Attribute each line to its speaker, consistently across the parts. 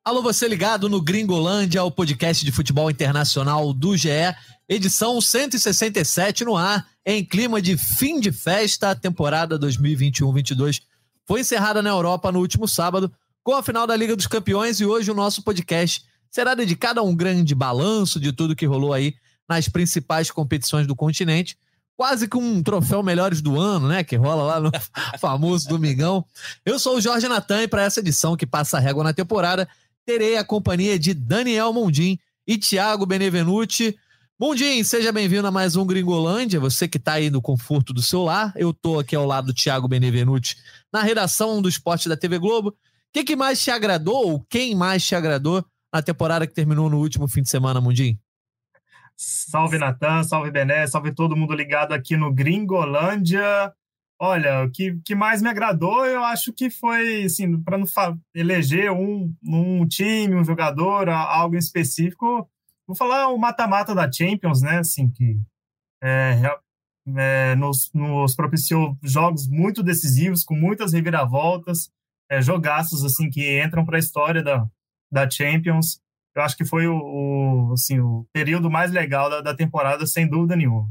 Speaker 1: Alô, você ligado no Gringolândia, o podcast de futebol internacional do GE, edição 167 no ar, em clima de fim de festa. A temporada 2021-22 foi encerrada na Europa no último sábado, com a final da Liga dos Campeões, e hoje o nosso podcast será dedicado a um grande balanço de tudo que rolou aí nas principais competições do continente. Quase que um troféu melhores do ano, né? Que rola lá no famoso Domingão. Eu sou o Jorge Natan e para essa edição que passa a régua na temporada, terei a companhia de Daniel Mundim e Thiago Benevenuti. Mundim, seja bem-vindo a mais um Gringolândia. Você que está aí no conforto do seu lar. Eu estou aqui ao lado do Thiago Benevenuti na redação do Esporte da TV Globo. O que mais te agradou ou quem mais te agradou na temporada que terminou no último fim de semana, Mundim?
Speaker 2: Salve, Natan, salve, Bené, salve todo mundo ligado aqui no Gringolândia. Olha, o que mais me agradou, eu acho que foi, assim, para não eleger um time, um jogador, algo em específico, vou falar o mata-mata da Champions, né, assim, que nos propiciou jogos muito decisivos, com muitas reviravoltas, jogaços, assim, que entram para a história da Champions. Eu acho que foi o período mais legal da temporada, sem dúvida nenhuma.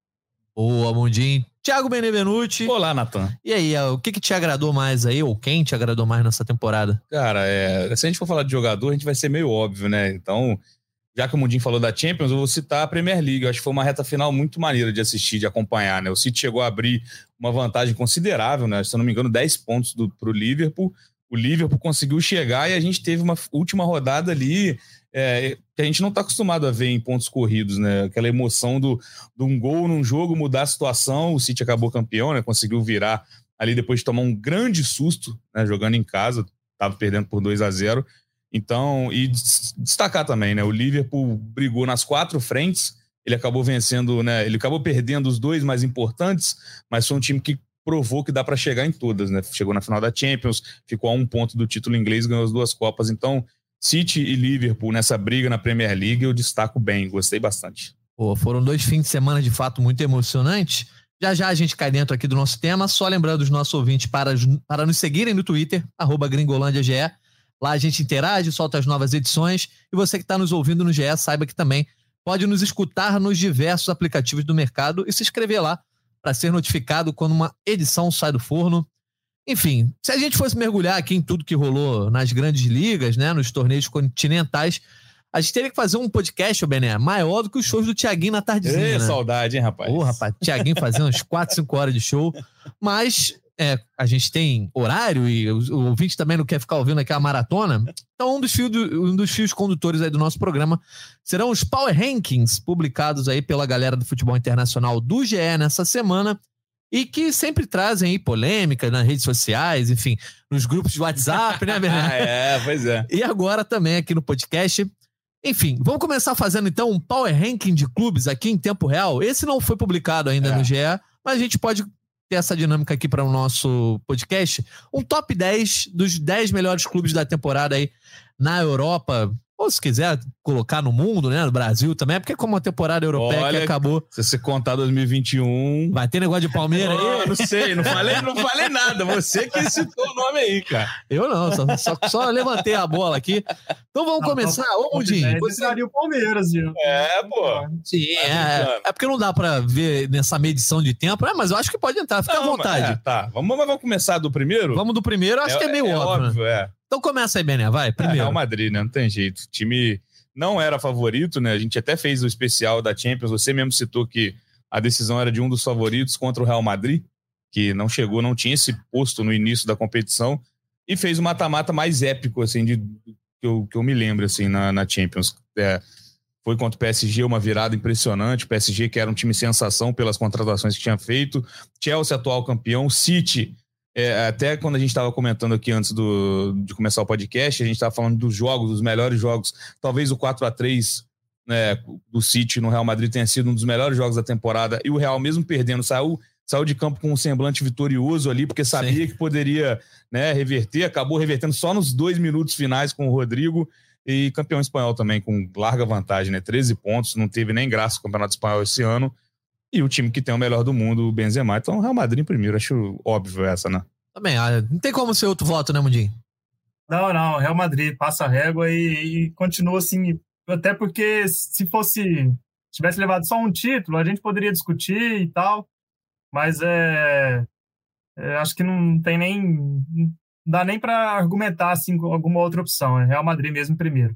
Speaker 1: Boa, Mundim. Thiago Benevenuti.
Speaker 3: Olá, Natan.
Speaker 1: E aí, o que te agradou mais aí, ou quem te agradou mais nessa temporada?
Speaker 3: Cara, se a gente for falar de jogador, a gente vai ser meio óbvio, né? Então, já que o Mundim falou da Champions, eu vou citar a Premier League. Eu acho que foi uma reta final muito maneira de assistir, de acompanhar, né? O City chegou a abrir uma vantagem considerável, né? Se eu não me engano, 10 pontos pro Liverpool. O Liverpool conseguiu chegar e a gente teve uma última rodada ali que a gente não está acostumado a ver em pontos corridos, né? Aquela emoção de um gol num jogo mudar a situação. O City acabou campeão, né? Conseguiu virar ali depois de tomar um grande susto, né? Jogando em casa, estava perdendo por 2-0. Então, e destacar também, né? O Liverpool brigou nas 4 frentes, ele acabou vencendo, né? Ele acabou perdendo os 2 mais importantes, mas foi um time que provou que dá para chegar em todas, né? Chegou na final da Champions, ficou a 1 ponto do título inglês, ganhou as 2 Copas. Então, City e Liverpool nessa briga na Premier League eu destaco bem, gostei bastante.
Speaker 1: Foram 2 fins de semana de fato muito emocionantes. Já a gente cai dentro aqui do nosso tema, só lembrando os nossos ouvintes para nos seguirem no Twitter, @GringolândiaGE. Lá a gente interage, solta as novas edições, e você que está nos ouvindo no GE, saiba que também pode nos escutar nos diversos aplicativos do mercado e se inscrever lá para ser notificado quando uma edição sai do forno. Enfim, se a gente fosse mergulhar aqui em tudo que rolou nas grandes ligas, né, nos torneios continentais, a gente teria que fazer um podcast, Bené, maior do que os shows do Thiaguinho na tardezinha, né?
Speaker 3: Saudade, hein, rapaz?
Speaker 1: Rapaz, Thiaguinho fazendo umas 4, 5 horas de show, mas a gente tem horário e o ouvinte também não quer ficar ouvindo aquela maratona. Então, um dos fios condutores aí do nosso programa serão os Power Rankings, publicados aí pela galera do futebol internacional do GE nessa semana, e que sempre trazem aí polêmica nas redes sociais, enfim, nos grupos de WhatsApp, né, Bernardo?
Speaker 3: Pois é.
Speaker 1: E agora também aqui no podcast. Enfim, vamos começar fazendo então um Power Ranking de clubes aqui em tempo real. Esse não foi publicado ainda no GE, mas a gente pode ter essa dinâmica aqui para o nosso podcast. Um top 10 dos 10 melhores clubes da temporada aí na Europa, ou se quiser colocar no mundo, né, no Brasil também, porque como a temporada europeia que acabou...
Speaker 3: Se você contar 2021...
Speaker 1: Vai ter negócio de Palmeiras aí?
Speaker 3: Eu não sei, não falei nada. Você que citou o nome aí, cara.
Speaker 1: Eu não, só levantei a bola aqui. Então vamos começar. Ô, Mundim.
Speaker 2: Você daria o Palmeiras, viu?
Speaker 3: Pô.
Speaker 1: Sim, é porque não dá pra ver nessa medição de tempo, mas eu acho que pode entrar, fica à vontade.
Speaker 3: Tá, vamos começar do primeiro?
Speaker 1: Vamos do primeiro, acho que é meio óbvio, né? Então começa aí, Bené, vai, primeiro.
Speaker 3: Real Madrid, né? Não tem jeito. O time não era favorito, né? A gente até fez o especial da Champions, você mesmo citou que a decisão era de um dos favoritos contra o Real Madrid, que não chegou, não tinha esse posto no início da competição, e fez o mata-mata mais épico, assim, que eu me lembro, assim, na Champions. Foi contra o PSG, uma virada impressionante. O PSG, que era um time sensação pelas contratações que tinha feito. Chelsea, atual campeão. City, até quando a gente estava comentando aqui antes de começar o podcast, a gente estava falando dos jogos, dos melhores jogos. Talvez o 4-3, né, do City no Real Madrid tenha sido um dos melhores jogos da temporada. E o Real, mesmo perdendo, saiu de campo com um semblante vitorioso ali, porque sabia que poderia, né, reverter. Acabou revertendo só nos 2 minutos finais com o Rodrigo. E campeão espanhol também, com larga vantagem, né? 13 pontos, não teve nem graça o Campeonato Espanhol esse ano. E o time que tem o melhor do mundo, o Benzema. Então, o Real Madrid em primeiro, acho óbvio essa, né?
Speaker 1: Também, não tem como ser outro voto, né, Mundinho?
Speaker 2: Não, Real Madrid passa a régua e continua assim, até porque se tivesse levado só um título, a gente poderia discutir e tal, mas acho que não tem não dá nem para argumentar assim com alguma outra opção, é Real Madrid mesmo primeiro.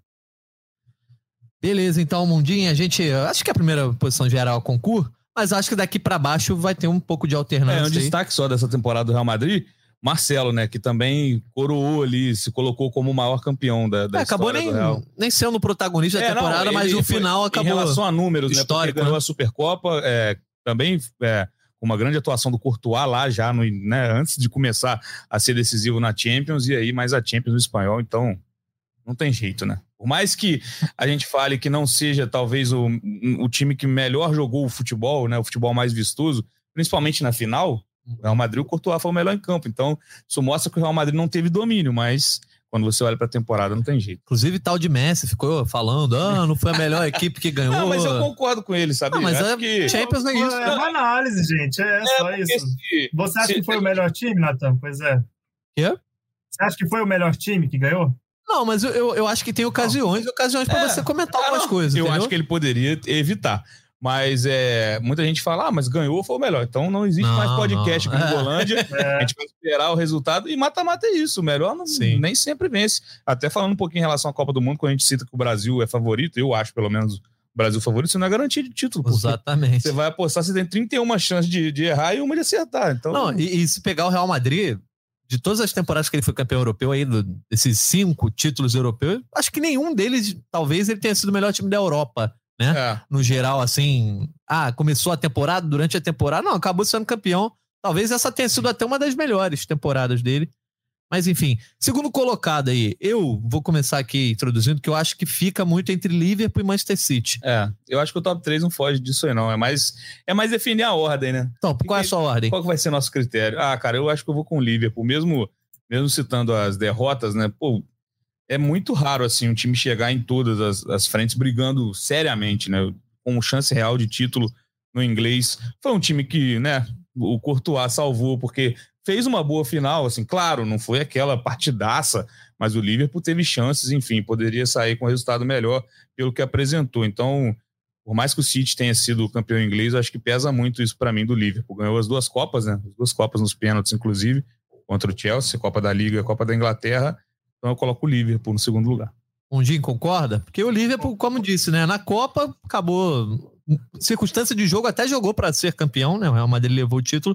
Speaker 1: Beleza, então, Mundinho, acho que a primeira posição geral é o concurso, mas acho que daqui para baixo vai ter um pouco de alternância.
Speaker 3: Um destaque só dessa temporada do Real Madrid, Marcelo, né, que também coroou ali, se colocou como o maior campeão da
Speaker 1: acabou
Speaker 3: história do Real.
Speaker 1: Nem sendo o protagonista da temporada, mas no final acabou.
Speaker 3: Em relação a números,
Speaker 1: histórico,
Speaker 3: né, ganhou a Supercopa, também com uma grande atuação do Courtois lá já, antes de começar a ser decisivo na Champions, e aí mais a Champions no espanhol, então não tem jeito, né? Por mais que a gente fale que não seja talvez o time que melhor jogou o futebol, né, o futebol mais vistoso, principalmente na final, o Real Madrid, o Courtois foi o melhor em campo. Então, isso mostra que o Real Madrid não teve domínio, mas quando você olha para a temporada, não tem jeito.
Speaker 1: Inclusive, tal de Messi ficou falando, não foi a melhor equipe que ganhou.
Speaker 3: Não, mas eu concordo com ele, sabe?
Speaker 1: Mas Champions não é isso.
Speaker 2: É uma análise, gente, só isso. Você acha que foi o melhor time, Natan? Pois é.
Speaker 1: Quê?
Speaker 2: Você acha que foi o melhor time que ganhou?
Speaker 1: Não, mas eu acho que tem ocasiões para você comentar algumas coisas.
Speaker 3: Eu
Speaker 1: entendeu?
Speaker 3: acho que ele poderia evitar. Mas muita gente fala, mas ganhou, foi o melhor. Então não existe mais podcast Gringolândia. A gente vai esperar o resultado. E mata-mata é isso. O melhor nem sempre vence. Até falando um pouquinho em relação à Copa do Mundo, quando a gente cita que o Brasil é favorito, eu acho pelo menos o Brasil favorito, você não é garantia de título.
Speaker 1: Exatamente.
Speaker 3: Você vai apostar, você tem 31 chances de errar e uma de acertar. Então...
Speaker 1: Não, e se pegar o Real Madrid, de todas as temporadas que ele foi campeão europeu, aí, desses 5 títulos europeus, acho que nenhum deles, talvez, ele tenha sido o melhor time da Europa. Né? No geral, assim, começou a temporada, durante a temporada, não, acabou sendo campeão. Talvez essa tenha sido até uma das melhores temporadas dele. Mas, enfim, segundo colocado aí, eu vou começar aqui introduzindo, que eu acho que fica muito entre Liverpool e Manchester City.
Speaker 3: Eu acho que o top 3 não foge disso aí, não. É mais definir a ordem, né?
Speaker 1: Então, qual é a sua ordem?
Speaker 3: Qual que vai ser nosso critério? Cara, eu acho que eu vou com o Liverpool, mesmo citando as derrotas, né? Pô, é muito raro, assim, um time chegar em todas as frentes brigando seriamente, né? Com chance real de título no inglês. Foi um time que, né, o Courtois salvou, porque fez uma boa final, assim, claro, não foi aquela partidaça, mas o Liverpool teve chances, enfim, poderia sair com um resultado melhor pelo que apresentou. Então, por mais que o City tenha sido o campeão inglês, eu acho que pesa muito isso para mim do Liverpool. Ganhou as 2 Copas, né? As 2 Copas nos pênaltis, inclusive, contra o Chelsea, Copa da Liga e Copa da Inglaterra. Então eu coloco o Liverpool no segundo lugar.
Speaker 1: Mundinho, concorda? Porque o Liverpool, como disse, né? Na Copa, acabou... Circunstância de jogo, até jogou para ser campeão, né? O Real Madrid levou o título.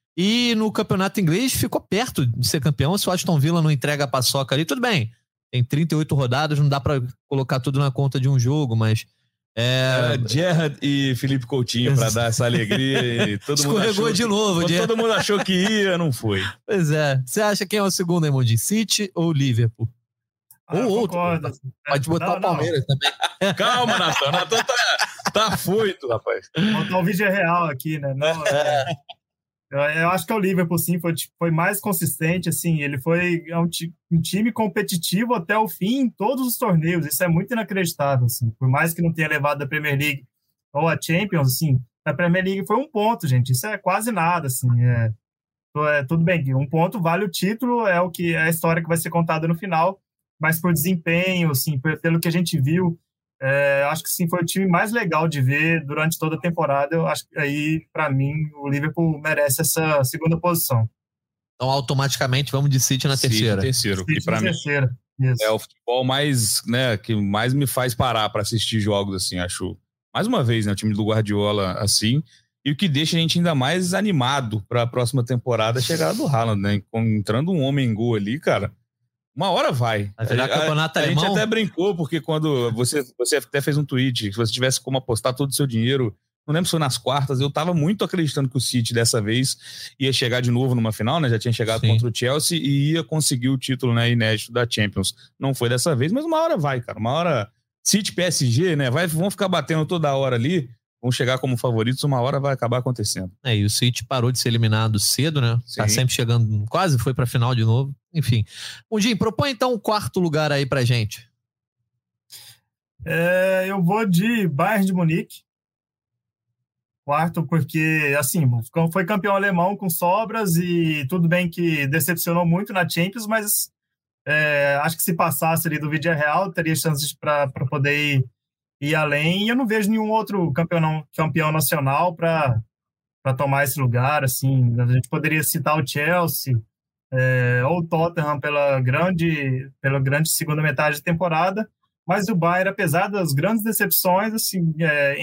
Speaker 1: E no campeonato inglês ficou perto de ser campeão. Se o Aston Villa não entrega a paçoca ali, tudo bem. Tem 38 rodadas, não dá para colocar tudo na conta de um jogo, mas...
Speaker 3: Gerrard e Felipe Coutinho para dar essa alegria e todo mundo
Speaker 1: escorregou de novo.
Speaker 3: Todo mundo achou que ia, não foi.
Speaker 1: Pois é. Você acha quem é o segundo, Emoji? City ou Liverpool? Ou outro. Pode botar o Palmeiras também.
Speaker 3: Calma, Natan. Natan tá afoito, rapaz.
Speaker 2: Botar o vídeo real aqui, né? Não, eu acho que o Liverpool, sim, foi mais consistente, assim, ele foi um time competitivo até o fim em todos os torneios, isso é muito inacreditável, assim, por mais que não tenha levado a Premier League ou a Champions, assim, a Premier League foi 1 ponto, gente, isso é quase nada, assim, tudo bem, 1 ponto vale o título, é a história que vai ser contada no final, mas por desempenho, assim, pelo que a gente viu, acho que sim, foi o time mais legal de ver durante toda a temporada. Eu acho que aí, para mim, o Liverpool merece essa segunda posição.
Speaker 1: Então, automaticamente, vamos de City na terceira.
Speaker 3: Terceiro.
Speaker 2: City
Speaker 3: que para mim
Speaker 2: isso.
Speaker 3: É o futebol mais, né, que mais me faz parar para assistir jogos, assim, acho. Mais uma vez, né, o time do Guardiola, assim, e o que deixa a gente ainda mais animado para a próxima temporada é a chegada do Haaland, né? Entrando um homem em gol ali, cara. Uma hora vai.
Speaker 1: A gente
Speaker 3: até brincou, porque quando você até fez um tweet, se você tivesse como apostar todo o seu dinheiro, não lembro se foi nas quartas, eu tava muito acreditando que o City dessa vez ia chegar de novo numa final, né? Já tinha chegado contra o Chelsea e ia conseguir o título, né, inédito da Champions. Não foi dessa vez, mas uma hora vai, cara. Uma hora City PSG, né? Vão ficar batendo toda hora ali, vão chegar como favoritos, uma hora vai acabar acontecendo.
Speaker 1: E o City parou de ser eliminado cedo, né?
Speaker 3: Sim.
Speaker 1: Tá sempre chegando, quase foi pra final de novo. Enfim. Mundinho, propõe então um 4º lugar aí pra gente.
Speaker 2: Eu vou de Bayern de Munique. 4º, porque, assim, foi campeão alemão com sobras e tudo bem que decepcionou muito na Champions, mas Acho que se passasse ali do Villarreal, teria chances para poder ir além. E eu não vejo nenhum outro campeão nacional para tomar esse lugar. Assim, a gente poderia citar o Chelsea ou o Tottenham pela grande segunda metade de temporada, mas o Bayern, apesar das grandes decepções, assim,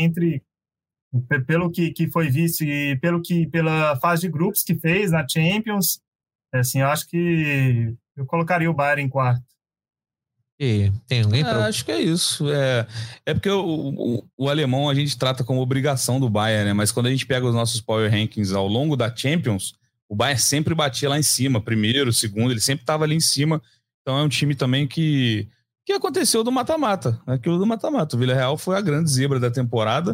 Speaker 2: pelo que foi visto e pela fase de grupos que fez na Champions, assim, eu acho que eu colocaria o Bayern em quarto.
Speaker 1: E tem alguém
Speaker 3: acho que é isso. É porque o alemão a gente trata como obrigação do Bayern, né? Mas quando a gente pega os nossos power rankings ao longo da Champions, o Bayern sempre batia lá em cima, primeiro, segundo, ele sempre estava ali em cima. Então é um time também que aconteceu do mata-mata, aquilo do mata-mata. O Villarreal foi a grande zebra da temporada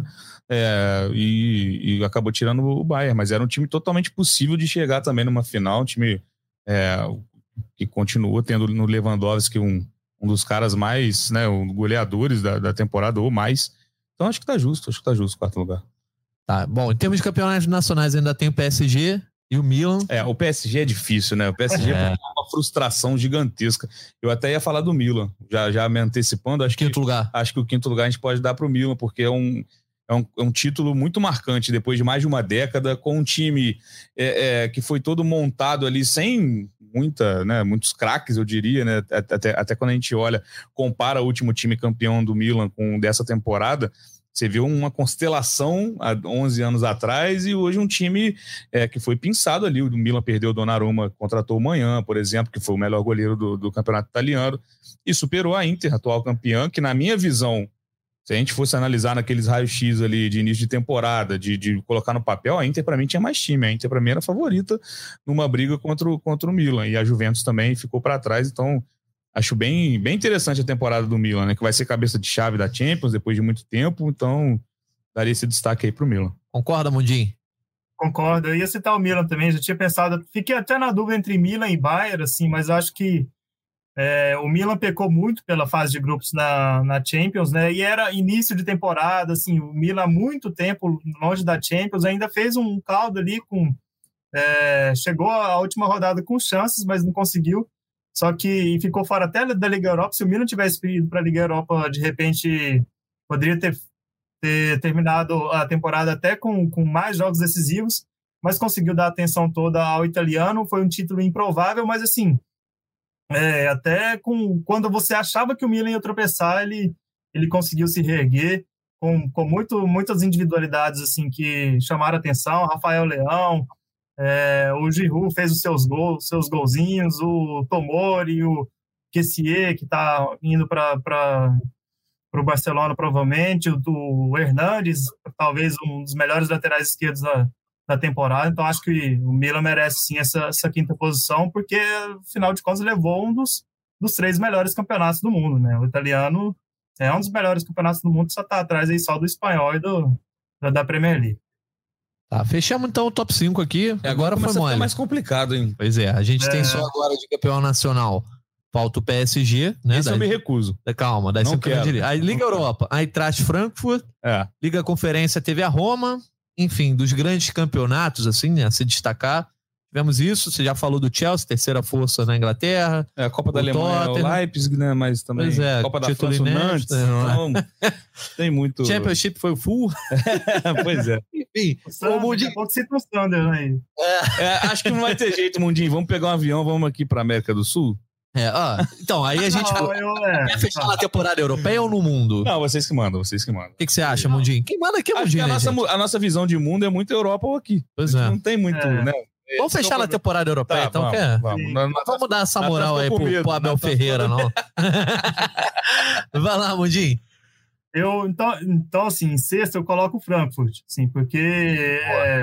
Speaker 3: e acabou tirando o Bayern, mas era um time totalmente possível de chegar também numa final, um time que continua tendo no Lewandowski um dos caras mais, né, goleadores da temporada ou mais. Então acho que tá justo, quarto lugar.
Speaker 1: Tá, bom, em termos de campeonatos nacionais ainda tem o PSG e o Milan.
Speaker 3: O PSG é difícil, né? O PSG é uma frustração gigantesca. Eu até ia falar do Milan, já me antecipando. Acho que o quinto lugar a gente pode dar pro Milan, porque é um título muito marcante depois de mais de uma década, com um time que foi todo montado ali sem muitos craques, eu diria, né? Até quando a gente compara o último time campeão do Milan com dessa temporada, você viu uma constelação há 11 anos atrás e hoje um time que foi pensado ali. O Milan perdeu o Donnarumma, contratou o Manhã, por exemplo, que foi o melhor goleiro do campeonato italiano, e superou a Inter, atual campeã, que na minha visão, se a gente fosse analisar naqueles raios-x ali de início de temporada, de colocar no papel, a Inter para mim tinha mais time. A Inter para mim era favorita numa briga contra o Milan, e a Juventus também ficou para trás. Então acho bem interessante a temporada do Milan, né? Que vai ser cabeça de chave da Champions depois de muito tempo, então daria esse destaque aí pro Milan.
Speaker 1: Concorda, Mundinho?
Speaker 2: Concordo, eu ia citar o Milan também, já tinha pensado, fiquei até na dúvida entre Milan e Bayern, assim, mas acho que o Milan pecou muito pela fase de grupos na Champions, né? E era início de temporada, assim, o Milan há muito tempo longe da Champions, ainda fez um caldo ali chegou à última rodada com chances, mas não conseguiu. Só que ficou fora até da Liga Europa. Se o Milan tivesse ido para a Liga Europa, de repente, poderia ter terminado a temporada até com mais jogos decisivos, mas conseguiu dar a atenção toda ao italiano. Foi um título improvável, mas assim, até quando você achava que o Milan ia tropeçar, ele conseguiu se reerguer com muitas individualidades assim, que chamaram a atenção. Rafael Leão, o Giroud fez os seus golzinhos, o Tomori, o Kessié, que está indo para o Barcelona provavelmente, o Hernandes, talvez um dos melhores laterais esquerdos da temporada. Então acho que o Milan merece sim essa quinta posição, porque afinal de contas levou um dos 3 melhores campeonatos do mundo, né? O italiano é um dos melhores campeonatos do mundo, só está atrás aí só do espanhol e da Premier League.
Speaker 1: Tá, fechamos então o top 5 aqui. Agora foi mole.
Speaker 3: Mais complicado, hein?
Speaker 1: Pois a gente tem só agora de campeão nacional. Falta o PSG, né?
Speaker 3: Esse eu me recuso.
Speaker 1: Calma, daí você quero. Aí Liga Europa, aí Eintracht Frankfurt, Liga Conferência teve a Roma, enfim, dos grandes campeonatos, assim, né, a se destacar. Tivemos isso, você já falou do Chelsea, terceira força na Inglaterra.
Speaker 3: A Copa da Alemanha, o Leipzig, né? Mas também Copa da França, o Nantes. Então, tem muito...
Speaker 1: Championship foi o full.
Speaker 3: Pois é.
Speaker 1: Enfim,
Speaker 2: o Mundinho... Pode ser o Sander aí.
Speaker 3: Acho que não vai ter jeito, Mundinho. Vamos pegar um avião, vamos aqui pra América do Sul?
Speaker 1: Então, aí a gente... Quer fechar na temporada europeia ou no mundo?
Speaker 3: Não, vocês que mandam. O
Speaker 1: que você acha, Mundinho? Quem manda aqui é o Mundinho,
Speaker 3: a nossa visão de mundo é muito Europa ou aqui.
Speaker 1: Pois é.
Speaker 3: Não tem muito, né?
Speaker 1: Vamos fechar na temporada europeia, então, vamos dar essa moral aí pro Abel Ferreira, não? Vai lá, Mundinho.
Speaker 2: Então, assim, em sexto eu coloco o Frankfurt, assim, porque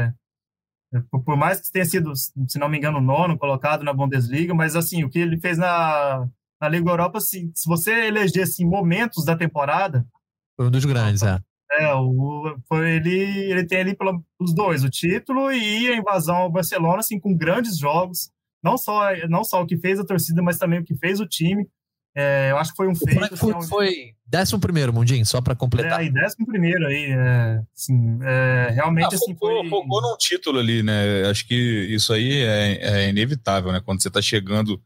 Speaker 2: por mais que tenha sido, se não me engano, nono colocado na Bundesliga, mas assim, o que ele fez na Liga Europa, assim, se você eleger assim, momentos da temporada...
Speaker 1: Foi um dos grandes,
Speaker 2: ele tem ali os dois, o título e a invasão ao Barcelona, assim, com grandes jogos, não só o que fez a torcida, mas também o que fez o time. Eu acho que foi um feito.
Speaker 1: O Frankfurt foi 11º, Mundinho, só para completar.
Speaker 2: 11º aí, assim, realmente assim foi...
Speaker 3: Focou num título ali, né? Acho que isso aí é inevitável, né? Quando você está chegando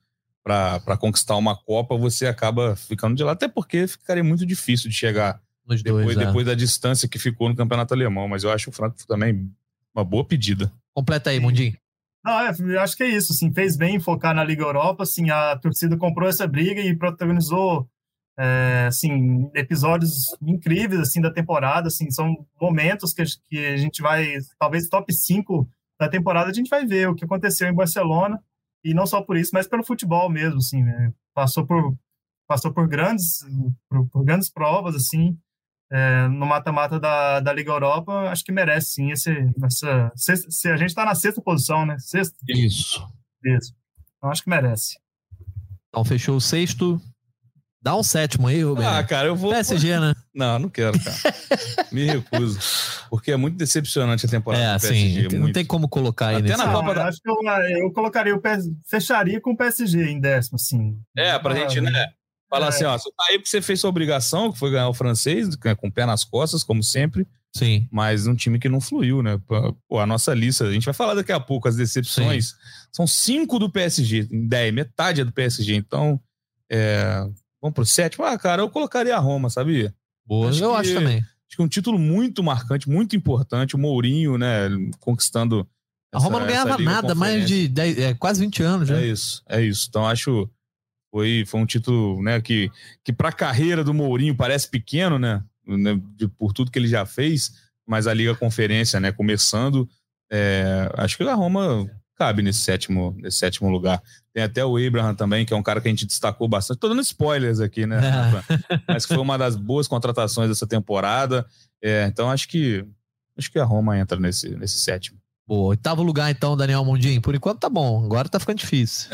Speaker 3: para conquistar uma Copa, você acaba ficando de lá, até porque ficaria muito difícil de chegar depois da distância que ficou no campeonato alemão, mas eu acho o Frankfurt também uma boa pedida.
Speaker 1: Completa aí, Mundinho.
Speaker 2: Não, eu acho que é isso, assim, fez bem focar na Liga Europa, assim, a torcida comprou essa briga e protagonizou assim, episódios incríveis assim, da temporada, assim, são momentos que a gente vai, talvez top 5 da temporada, a gente vai ver o que aconteceu em Barcelona, e não só por isso, mas pelo futebol mesmo, assim, né? Passou por grandes provas, assim, no mata-mata da Liga Europa, acho que merece, sim, a gente está na 6ª posição, né? Sexta?
Speaker 1: Isso.
Speaker 2: Então, acho que merece.
Speaker 1: Então, fechou o 6º. Dá um 7º aí, Roberto.
Speaker 3: Ah, cara, eu vou...
Speaker 1: PSG, né?
Speaker 3: Não quero, cara. Me recuso. Porque é muito decepcionante a temporada do PSG.
Speaker 1: Não tem como colocar aí
Speaker 3: até
Speaker 1: nesse...
Speaker 3: na Copa
Speaker 2: da... Acho que eu colocaria fecharia com o PSG em 10º, assim.
Speaker 3: Pra gente, né? Falar assim, ó, você tá aí porque você fez sua obrigação, que foi ganhar o francês, com o pé nas costas, como sempre.
Speaker 1: Sim.
Speaker 3: Mas um time que não fluiu, né? Pô, a nossa lista, a gente vai falar daqui a pouco, as decepções. Sim. São 5 do PSG, em 10, metade é do PSG. Então, vamos pro 7º. Cara, eu colocaria a Roma, sabia?
Speaker 1: Boa, acho também.
Speaker 3: Acho que é um título muito marcante, muito importante. O Mourinho, né, conquistando.
Speaker 1: A Roma não ganhava nada, mais de 10, quase 20 anos, né?
Speaker 3: É isso. Então, acho foi um título, né, que para a carreira do Mourinho parece pequeno, né? Por tudo que ele já fez, mas a Liga Conferência, né, começando, acho que a Roma cabe nesse sétimo lugar. Tem até o Abraham também, que é um cara que a gente destacou bastante. Tô dando spoilers aqui, né? Mas que foi uma das boas contratações dessa temporada. Então acho que a Roma entra nesse 7º.
Speaker 1: Boa, 8º lugar então, Daniel Mundinho. Por enquanto tá bom, agora tá ficando difícil.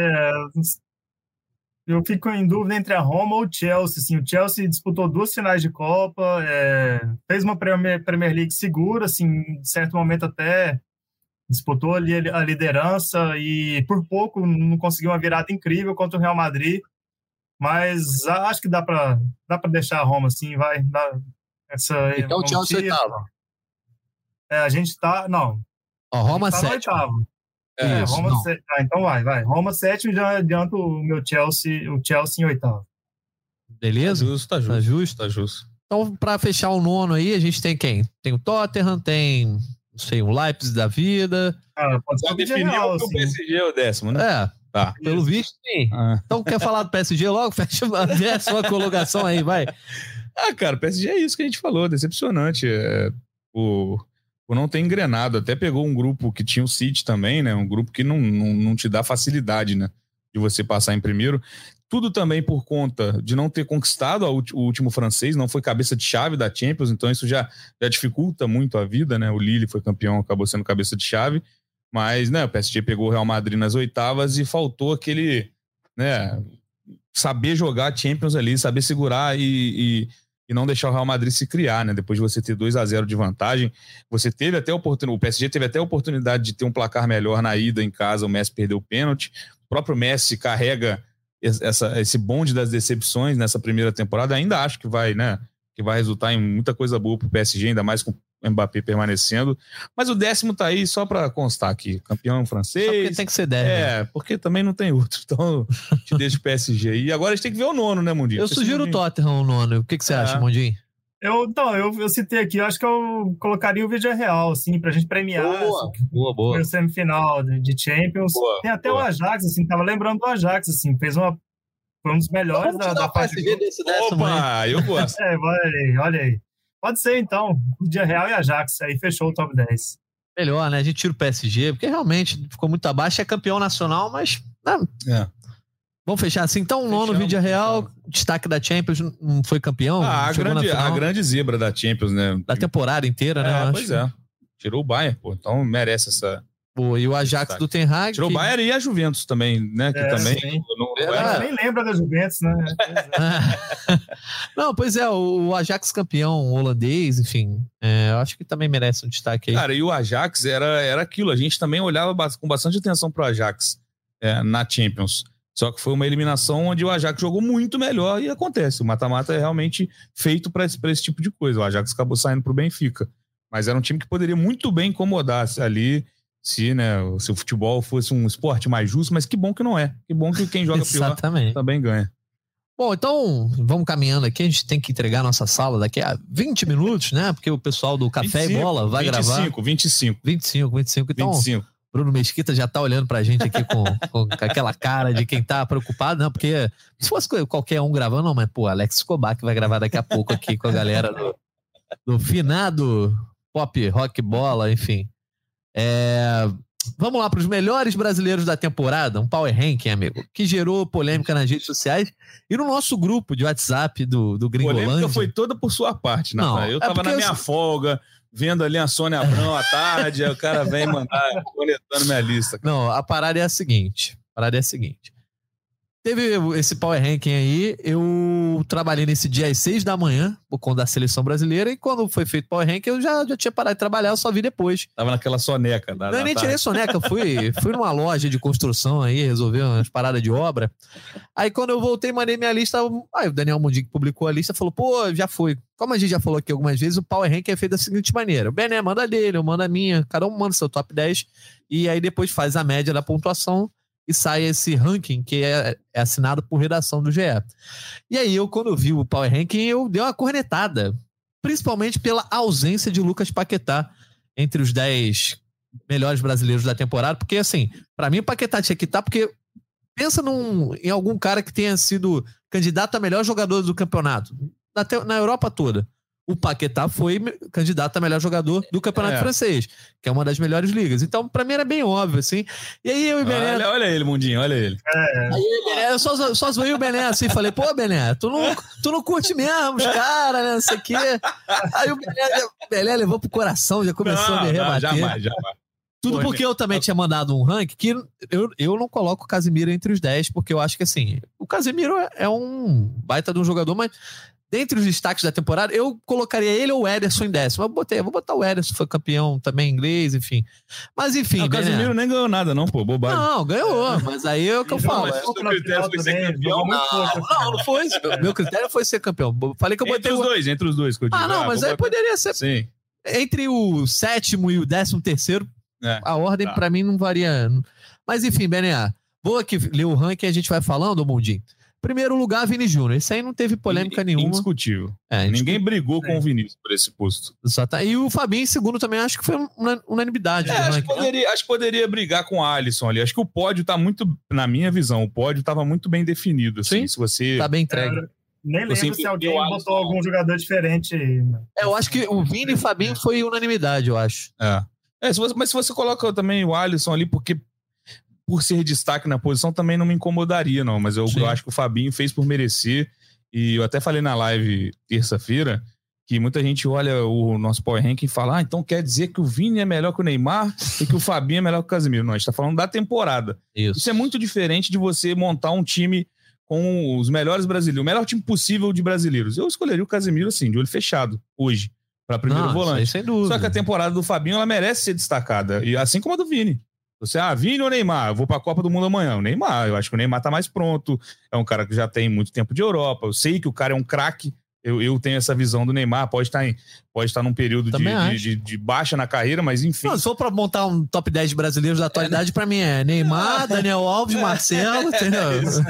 Speaker 2: Eu fico em dúvida entre a Roma ou o Chelsea. Assim, o Chelsea disputou 2 finais de Copa, fez uma Premier League segura, assim, em certo momento até disputou ali a liderança e por pouco não conseguiu uma virada incrível contra o Real Madrid, mas acho que dá para deixar a Roma, assim, vai.
Speaker 1: Então o Chelsea 8º.
Speaker 2: A gente tá... Não.
Speaker 1: Roma 7º.
Speaker 2: Roma 7º. Então vai. Roma 7º, já adianto o meu Chelsea, o Chelsea em 8º.
Speaker 1: Beleza?
Speaker 3: Tá justo.
Speaker 1: Então, para fechar o 9º aí, a gente tem quem? Tem o Tottenham, tem, não sei, o Leipzig da vida.
Speaker 2: Pode ser
Speaker 3: já definiu que o PSG é o 10º, né?
Speaker 1: Tá. Pelo visto, sim. Então, quer falar do PSG logo? Fecha a 10ª colocação aí, vai.
Speaker 3: Cara, o PSG é isso que a gente falou, decepcionante. Por não ter engrenado. Até pegou um grupo que tinha o City também, né? Um grupo que não te dá facilidade, né? De você passar em primeiro. Tudo também por conta de não ter conquistado o último francês, não foi cabeça de chave da Champions, então isso já dificulta muito a vida, né? O Lille foi campeão, acabou sendo cabeça de chave, mas, né, o PSG pegou o Real Madrid nas 8º e faltou aquele, né, saber jogar Champions ali, saber segurar e não deixar o Real Madrid se criar, né? Depois de você ter 2-0 de vantagem, você teve até o PSG teve até a oportunidade de ter um placar melhor na ida em casa, o Messi perdeu o pênalti, o próprio Messi carrega esse bonde das decepções nessa primeira temporada, ainda acho que vai resultar em muita coisa boa pro PSG, ainda mais com o Mbappé permanecendo, mas o 10º tá aí só pra constar aqui, campeão francês. Só
Speaker 1: porque tem que ser 10, né?
Speaker 3: Porque também não tem outro, então te deixa o PSG aí. E agora a gente tem que ver o 9º, né, Mundinho?
Speaker 1: Eu sugiro o Tottenham, o 9º. O que você acha, Mundinho?
Speaker 2: Eu citei aqui, eu acho que eu colocaria o Villarreal, assim, pra gente premiar
Speaker 1: boa.
Speaker 2: o semifinal de Champions. Tem até o Ajax, assim, tava lembrando do Ajax, assim, foi um dos melhores da fase de grupo.
Speaker 3: Opa, eu gosto.
Speaker 2: Olha aí. Pode ser, então, Villarreal e Ajax, aí fechou o top 10.
Speaker 1: Melhor, né? A gente tira o PSG, porque realmente ficou muito abaixo, é campeão nacional, mas... Vamos fechar assim. Então, o 9º Villarreal, destaque da Champions, não foi campeão.
Speaker 3: A grande zebra da Champions, né?
Speaker 1: Da temporada inteira, né?
Speaker 3: Pois é. Tirou o Bayern, pô. Então merece essa...
Speaker 1: E o Ajax do Ten Hag.
Speaker 3: Tirou o Bayern e a Juventus também, né? Que também...
Speaker 2: nem lembra da Juventus, né?
Speaker 1: Não, pois é. O Ajax campeão holandês, enfim. Eu acho que também merece um destaque aí.
Speaker 3: Cara, e o Ajax era aquilo. A gente também olhava com bastante atenção pro Ajax na Champions. Só que foi uma eliminação onde o Ajax jogou muito melhor e acontece. O mata-mata é realmente feito para esse tipo de coisa. O Ajax acabou saindo pro Benfica. Mas era um time que poderia muito bem incomodar ali se o futebol fosse um esporte mais justo, mas que bom que não é. Que bom que quem joga pior também ganha.
Speaker 1: Bom, então vamos caminhando aqui. A gente tem que entregar nossa sala daqui a 20 minutos, né? Porque o pessoal do Café 25, e Bola vai
Speaker 3: 25,
Speaker 1: gravar.
Speaker 3: 25.
Speaker 1: Então,
Speaker 3: 25.
Speaker 1: Bruno Mesquita já tá olhando pra gente aqui com aquela cara de quem tá preocupado, não, porque se fosse qualquer um gravando, não, mas pô, Alex Escobar que vai gravar daqui a pouco aqui com a galera do finado Pop Rock Bola, enfim. Vamos lá para os melhores brasileiros da temporada, um Power Ranking, amigo, que gerou polêmica nas redes sociais e no nosso grupo de WhatsApp do Gringolândia.
Speaker 3: A polêmica foi toda por sua parte, Natan. Eu tava na minha folga, vendo ali a Sônia Abrão à tarde, aí o cara vem mandar, coletando minha lista. Cara.
Speaker 1: Não, a parada é a seguinte. Teve esse Power Ranking aí, eu trabalhei nesse dia às 6 da manhã, por conta da seleção brasileira, e quando foi feito o Power Ranking, eu já tinha parado de trabalhar, eu só vi depois.
Speaker 3: Tava naquela soneca.
Speaker 1: Eu nem tirei soneca, fui numa loja de construção aí, resolver umas paradas de obra. Aí quando eu voltei, mandei minha lista, aí o Daniel Mundin, que publicou a lista, falou, pô, já foi. Como a gente já falou aqui algumas vezes, o Power Ranking é feito da seguinte maneira, o Bené manda dele, eu mando a minha, cada um manda seu top 10, e aí depois faz a média da pontuação, e sai esse ranking que é assinado por redação do GE. E aí, quando eu vi o Power Ranking, eu dei uma cornetada, principalmente pela ausência de Lucas Paquetá entre os 10 melhores brasileiros da temporada, porque, assim, pra mim o Paquetá tinha que estar, porque pensa em algum cara que tenha sido candidato a melhor jogador do campeonato, na Europa toda. O Paquetá foi candidato a melhor jogador do campeonato francês, que é uma das melhores ligas. Então, pra mim, era bem óbvio, assim. E aí eu e o Bené...
Speaker 3: Olha ele, Mundinho, olha ele.
Speaker 1: Aí eu só zoei o Bené assim, falei, pô, Bené, tu não curte mesmo os caras, né, não sei o quê. Aí o Bené levou pro coração, já começou a me rebater.
Speaker 3: Jamais.
Speaker 1: Tudo porque eu também tinha mandado um ranking que eu não coloco o Casemiro entre os 10, porque eu acho que, assim, o Casemiro é um baita de um jogador, mas... Dentre os destaques da temporada, eu colocaria ele ou o Ederson em 10º. Eu vou botar o Ederson, foi campeão também inglês, enfim. Mas enfim,
Speaker 3: o Casemiro nem ganhou nada, não, pô, bobagem.
Speaker 1: Não, ganhou, mas aí é o que eu falo.
Speaker 3: Mas o critério foi ser campeão?
Speaker 1: Não foi. Meu critério foi ser campeão. Falei que eu botei
Speaker 3: entre os dois que eu digo.
Speaker 1: Não, mas aí poderia ser.
Speaker 3: Sim.
Speaker 1: Entre o 7º e o 13º, a ordem pra mim não varia. Mas enfim, Bené, vou aqui ler o ranking e a gente vai falando, Mundinho. Primeiro lugar, Vini Júnior. Esse aí não teve polêmica nenhuma.
Speaker 3: Indiscutível. Ninguém brigou com o Vinícius por esse posto.
Speaker 1: E o Fabinho em segundo também, acho que foi unanimidade.
Speaker 3: Acho que poderia brigar com o Alisson ali. Acho que o pódio tá muito, na minha visão, o pódio tava muito bem definido. Assim,
Speaker 1: sim,
Speaker 3: se você...
Speaker 1: tá bem entregue.
Speaker 2: Nem lembro se alguém botou algum jogador diferente aí.
Speaker 1: Eu acho que o Vini e o Fabinho foi unanimidade, eu acho.
Speaker 3: Mas se você coloca também o Alisson ali, porque... por ser destaque na posição, também não me incomodaria, não. Mas eu acho que o Fabinho fez por merecer. E eu até falei na live terça-feira que muita gente olha o nosso Power Ranking e fala, então quer dizer que o Vini é melhor que o Neymar e que o Fabinho é melhor que o Casemiro. Não, a gente tá falando da temporada. Isso é muito diferente de você montar um time com os melhores brasileiros, o melhor time possível de brasileiros. Eu escolheria o Casemiro, assim, de olho fechado, hoje, para primeiro volante.
Speaker 1: Sem dúvida.
Speaker 3: Só que a temporada do Fabinho, ela merece ser destacada. E assim como a do Vini. Você, Vini ou Neymar? Eu vou pra Copa do Mundo amanhã. O Neymar, eu acho que o Neymar tá mais pronto. É um cara que já tem muito tempo de Europa. Eu sei que o cara é um craque. Eu tenho essa visão do Neymar. Pode estar num período de baixa na carreira, mas enfim.
Speaker 1: Não, se for pra montar um top 10 de brasileiros da atualidade, pra mim é Neymar, Daniel Alves, Marcelo, entendeu?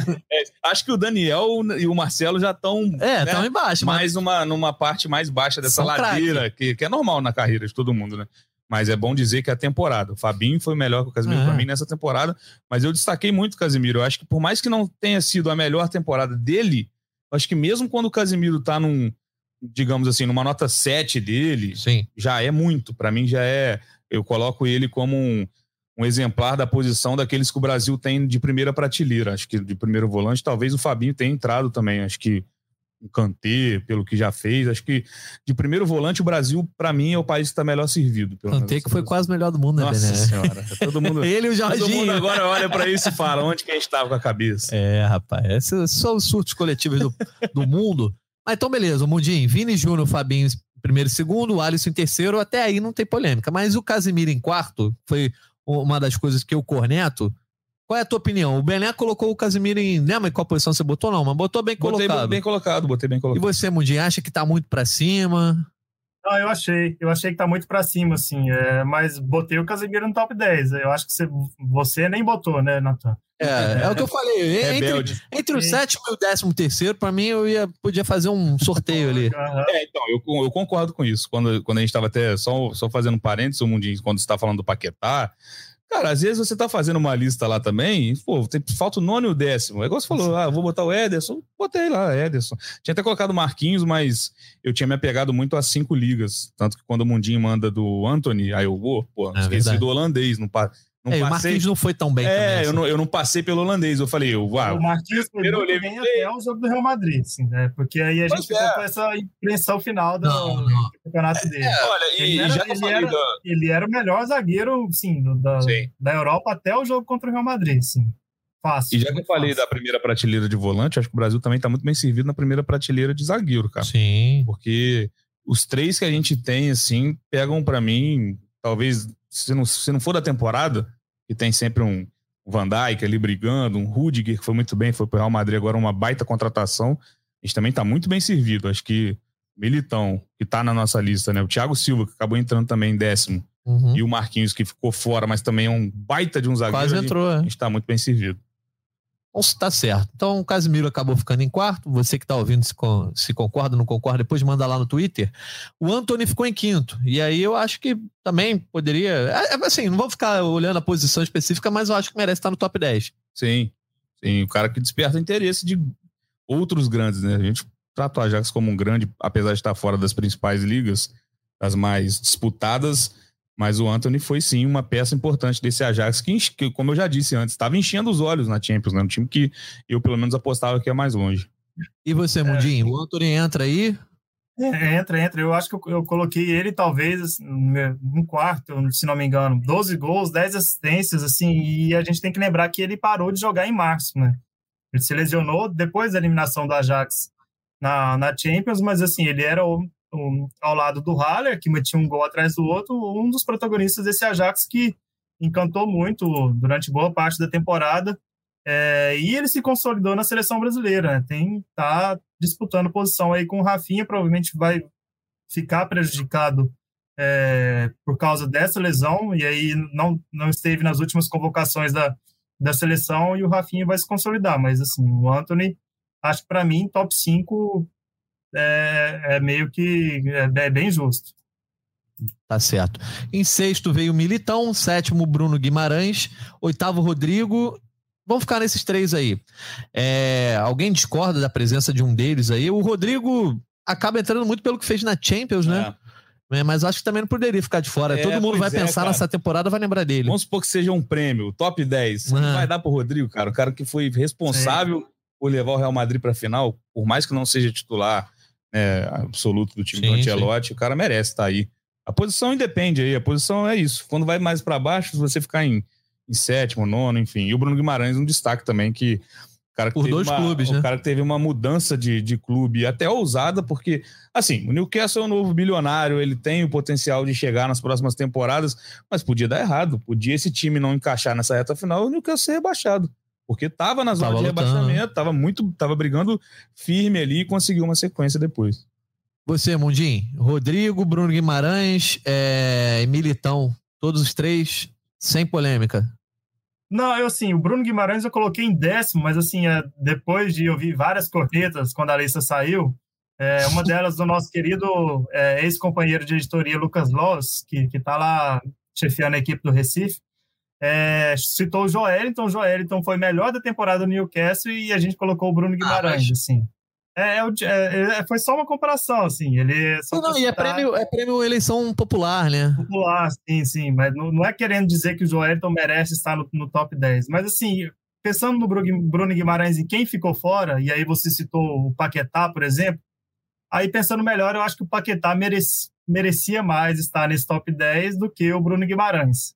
Speaker 3: Acho que o Daniel e o Marcelo já estão
Speaker 1: estão embaixo.
Speaker 3: Mais numa parte mais baixa dessa ladeira, que é normal na carreira de todo mundo, né? Mas é bom dizer que é a temporada. O Fabinho foi melhor que o Casemiro pra mim nessa temporada, mas eu destaquei muito o Casemiro. Eu acho que por mais que não tenha sido a melhor temporada dele, eu acho que mesmo quando o Casemiro tá digamos assim, numa nota 7 dele, já é muito. Pra mim já é... Eu coloco ele como um exemplar da posição daqueles que o Brasil tem de primeira prateleira. Acho que de primeiro volante, talvez o Fabinho tenha entrado também. Acho que o Kanté, pelo que já fez. Acho que de primeiro volante, o Brasil, pra mim, é o país que está melhor servido.
Speaker 1: Kanté que foi quase o melhor do mundo, né,
Speaker 3: Nossa Senhora. Todo mundo,
Speaker 1: ele e o Jorginho.
Speaker 3: Todo mundo agora olha pra isso e fala onde que a gente estava com a cabeça.
Speaker 1: Rapaz. Esses são os surtos coletivos do mundo. Mas então, beleza. O Mundinho, Vini Júnior, Fabinho em primeiro e segundo, o Alisson em terceiro. Até aí não tem polêmica. Mas o Casemiro em quarto foi uma das coisas que eu corneto. Qual é a tua opinião? O Bené colocou o Casemiro em... Lembra em qual posição você botou? Não, mas botou bem colocado.
Speaker 3: Botei bem colocado.
Speaker 1: E você, Mundinho, acha que tá muito pra cima?
Speaker 2: Não, eu achei que tá muito pra cima, assim, mas botei o Casemiro no top 10. Eu acho que você nem botou, né, Nathan?
Speaker 1: É o que eu falei. Entre o sétimo e o 13º, pra mim, podia fazer um sorteio ali.
Speaker 3: Então, eu concordo com isso. Quando a gente tava até, só fazendo um parênteses, o Mundinho, quando você tá falando do Paquetá, cara, às vezes você tá fazendo uma lista lá também, pô, falta o 9º e o 10º. É igual você falou, eu vou botar o Ederson, botei lá, Ederson. Tinha até colocado o Marquinhos, mas eu tinha me apegado muito a 5 ligas. Tanto que quando o Mundinho manda do Antony, aí eu vou, esqueci verdade. Do holandês, não passei.
Speaker 1: O Marquinhos não foi tão bem também.
Speaker 3: Eu não passei pelo holandês. Eu falei,
Speaker 2: o Marquinhos foi muito bem até o jogo do Real Madrid, assim, né? Porque aí a gente ficou com essa impressão final do campeonato dele.
Speaker 3: Olha,
Speaker 2: ele era o melhor zagueiro, assim, da Europa até o jogo contra o Real Madrid, assim. Fácil.
Speaker 3: E já que eu falei da primeira prateleira de volante, acho que o Brasil também tá muito bem servido na primeira prateleira de zagueiro, cara.
Speaker 1: Sim.
Speaker 3: Porque os 3 que a gente tem, assim, pegam pra mim, talvez, se não for da temporada, que tem sempre um Van Dijk ali brigando, um Rudiger que foi muito bem, foi pro Real Madrid agora, uma baita contratação. A gente também tá muito bem servido. Acho que o Militão, que tá na nossa lista, né? O Thiago Silva, que acabou entrando também em 10º, e o Marquinhos, que ficou fora, mas também é um baita de um zagueiro.
Speaker 1: Quase entrou,
Speaker 3: A gente tá muito bem servido.
Speaker 1: Tá certo. Então o Casemiro acabou ficando em 4º. Você que tá ouvindo, se concorda ou não concorda, depois manda lá no Twitter. O Antony ficou em 5º. E aí eu acho que também poderia... Assim, não vou ficar olhando a posição específica, mas eu acho que merece estar no top 10.
Speaker 3: Sim. O cara que desperta interesse de outros grandes, né? A gente trata o Ajax como um grande, apesar de estar fora das principais ligas, das mais disputadas, mas o Antony foi sim uma peça importante desse Ajax que, como eu já disse antes, estava enchendo os olhos na Champions, né? Um time que eu pelo menos apostava que ia mais longe.
Speaker 1: E você, Mundinho? O Antony entra aí?
Speaker 2: Entra. Eu acho que eu coloquei ele talvez em 4º, se não me engano. 12 gols, 10 assistências, assim, e a gente tem que lembrar que ele parou de jogar em março, né? Ele se lesionou depois da eliminação do Ajax na Champions, mas assim, ele era ao lado do Haller, que metia um gol atrás do outro, um dos protagonistas desse Ajax que encantou muito durante boa parte da temporada, e ele se consolidou na seleção brasileira, né? Tá disputando posição aí com o Rafinha, provavelmente vai ficar prejudicado por causa dessa lesão, e aí não esteve nas últimas convocações da seleção, e o Rafinha vai se consolidar, mas assim, o Antony, acho que para mim, top 5 meio que bem justo.
Speaker 1: Tá certo. Em 6º veio o Militão, 7º Bruno Guimarães, 8º Rodrigo. Vamos ficar nesses 3 aí. Alguém discorda da presença de um deles aí? O Rodrigo acaba entrando muito pelo que fez na Champions, né? Mas acho que também não poderia ficar de fora. Todo mundo vai pensar nessa temporada, vai lembrar dele.
Speaker 3: Vamos supor que seja um prêmio, top 10. Não vai dar pro Rodrigo, cara. O cara que foi responsável por levar o Real Madrid pra final, por mais que não seja titular absoluto do time do Ancelotti, o cara merece estar aí. A posição independe aí, a posição é isso. Quando vai mais pra baixo, você ficar em 7º, 9º, enfim. E o Bruno Guimarães, um destaque também, que o cara que teve uma mudança de clube até ousada, porque, assim, o Newcastle é um novo bilionário, ele tem o potencial de chegar nas próximas temporadas, mas podia dar errado. Podia esse time não encaixar nessa reta final, o Newcastle ser rebaixado. Porque tava na zona de rebaixamento, tava brigando firme ali e conseguiu uma sequência depois.
Speaker 1: Você, Mundinho, Rodrigo, Bruno Guimarães, Militão, todos os 3, sem polêmica.
Speaker 2: Não, o Bruno Guimarães eu coloquei em 10º, mas assim, depois de ouvir várias cornetas quando a lista saiu, uma delas do nosso querido ex-companheiro de editoria, Lucas Loss, que tá lá chefiando a equipe do Recife, citou o Joelinton. O Joelinton foi melhor da temporada do Newcastle e a gente colocou o Bruno Guimarães, assim. Foi só uma comparação, assim. Ele
Speaker 1: é prêmio eleição popular, né?
Speaker 2: Popular, sim, mas não é querendo dizer que o Joelinton merece estar no top 10. Mas, assim, pensando no Bruno Guimarães e quem ficou fora, e aí você citou o Paquetá, por exemplo, aí pensando melhor, eu acho que o Paquetá merecia mais estar nesse top 10 do que o Bruno Guimarães.